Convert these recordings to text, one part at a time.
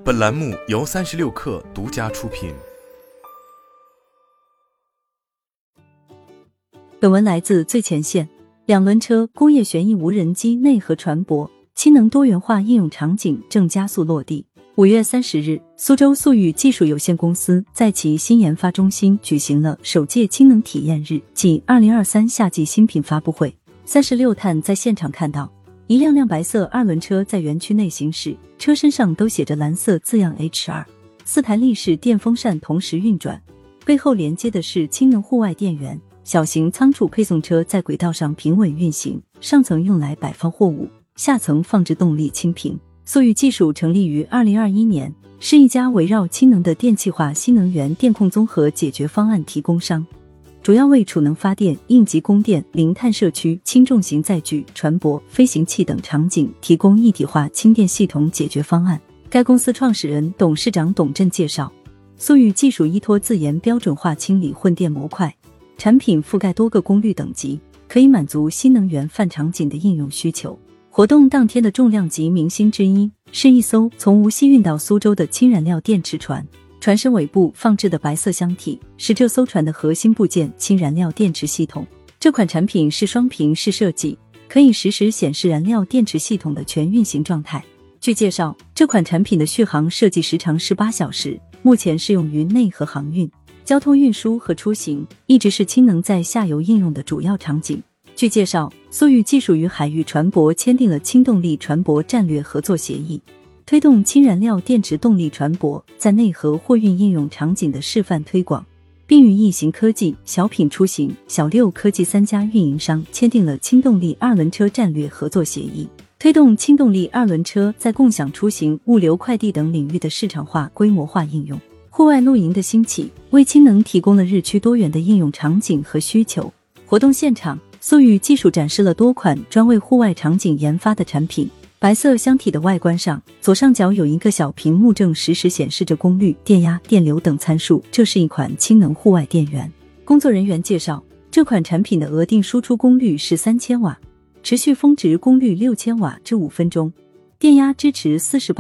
本栏目由36氪独家出品。 本文来自最前线。两轮车、工业旋翼无人机内核船舶、氢能多元化应用场景正加速落地。5月30日，苏州速宇技术有限公司在其新研发中心举行了首届氢能体验日暨2023夏季新品发布会。36碳在现场看到一辆辆白色二轮车在园区内行驶，车身上都写着蓝色字样 H2，4台立式电风扇同时运转，背后连接的是氢能户外电源。小型仓储配送车在轨道上平稳运行，上层用来摆放货物，下层放置动力氢瓶。速宇技术成立于2021年，是一家围绕氢能的电气化新能源电控综合解决方案提供商，主要为储能发电、应急供电、零碳社区、轻重型载具、船舶、飞行器等场景提供一体化氢电系统解决方案。该公司创始人、董事长董震介绍，速宇技术依托自研标准化氢锂混电模块，产品覆盖多个功率等级，可以满足新能源泛场景的应用需求。活动当天的重量级明星之一是一艘从无锡运到苏州的氢燃料电池船，船身尾部放置的白色箱体是这艘船的核心部件氢燃料电池系统。这款产品是双屏式设计，可以实时显示燃料电池系统的全运行状态。据介绍，这款产品的续航设计时长18小时，目前适用于内河航运、交通运输和出行，一直是氢能在下游应用的主要场景。据介绍，速宇技术与海域船舶签订了氢动力船舶战略合作协议，推动氢燃料电池动力船舶在内河货运应用场景的示范推广，并与易行科技、小品出行、小六科技3家运营商签订了氢动力二轮车战略合作协议，推动氢动力二轮车在共享出行、物流快递等领域的市场化、规模化应用。户外露营的兴起，为氢能提供了日趋多元的应用场景和需求。活动现场，速宇技术展示了多款专为户外场景研发的产品。白色箱体的外观上，左上角有一个小屏幕，正实时显示着功率、电压、电流等参数，这是一款氢能户外电源。工作人员介绍，这款产品的额定输出功率是3000瓦，持续峰值功率6000瓦至5分钟，电压支持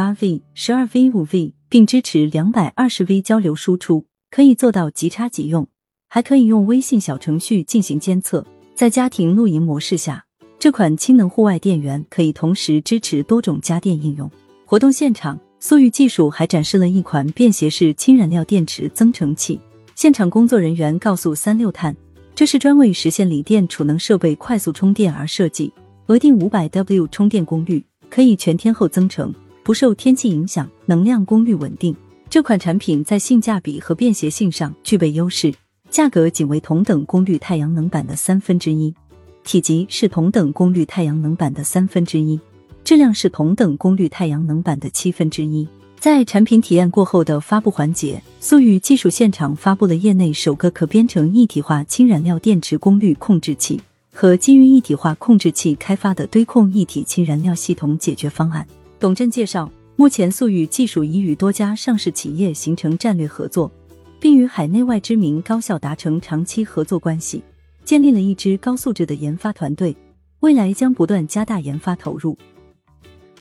48V、12V、5V， 并支持 220V 交流输出，可以做到即插即用，还可以用微信小程序进行监测。在家庭露营模式下，这款氢能户外电源可以同时支持多种家电应用。活动现场，速宇技术还展示了一款便携式氢燃料电池增程器。现场工作人员告诉36碳，这是专为实现锂电储能设备快速充电而设计，额定 500W 充电功率，可以全天候增程，不受天气影响，能量功率稳定。这款产品在性价比和便携性上具备优势，价格仅为同等功率太阳能板的1/3，体积是同等功率太阳能板的1/3，质量是同等功率太阳能板的1/7。在产品体验过后的发布环节，速宇技术现场发布了业内首个可编程一体化氢燃料电池功率控制器和基于一体化控制器开发的堆控一体氢燃料系统解决方案。董震介绍，目前速宇技术已与多家上市企业形成战略合作，并与海内外知名高校达成长期合作关系，建立了一支高素质的研发团队，未来将不断加大研发投入，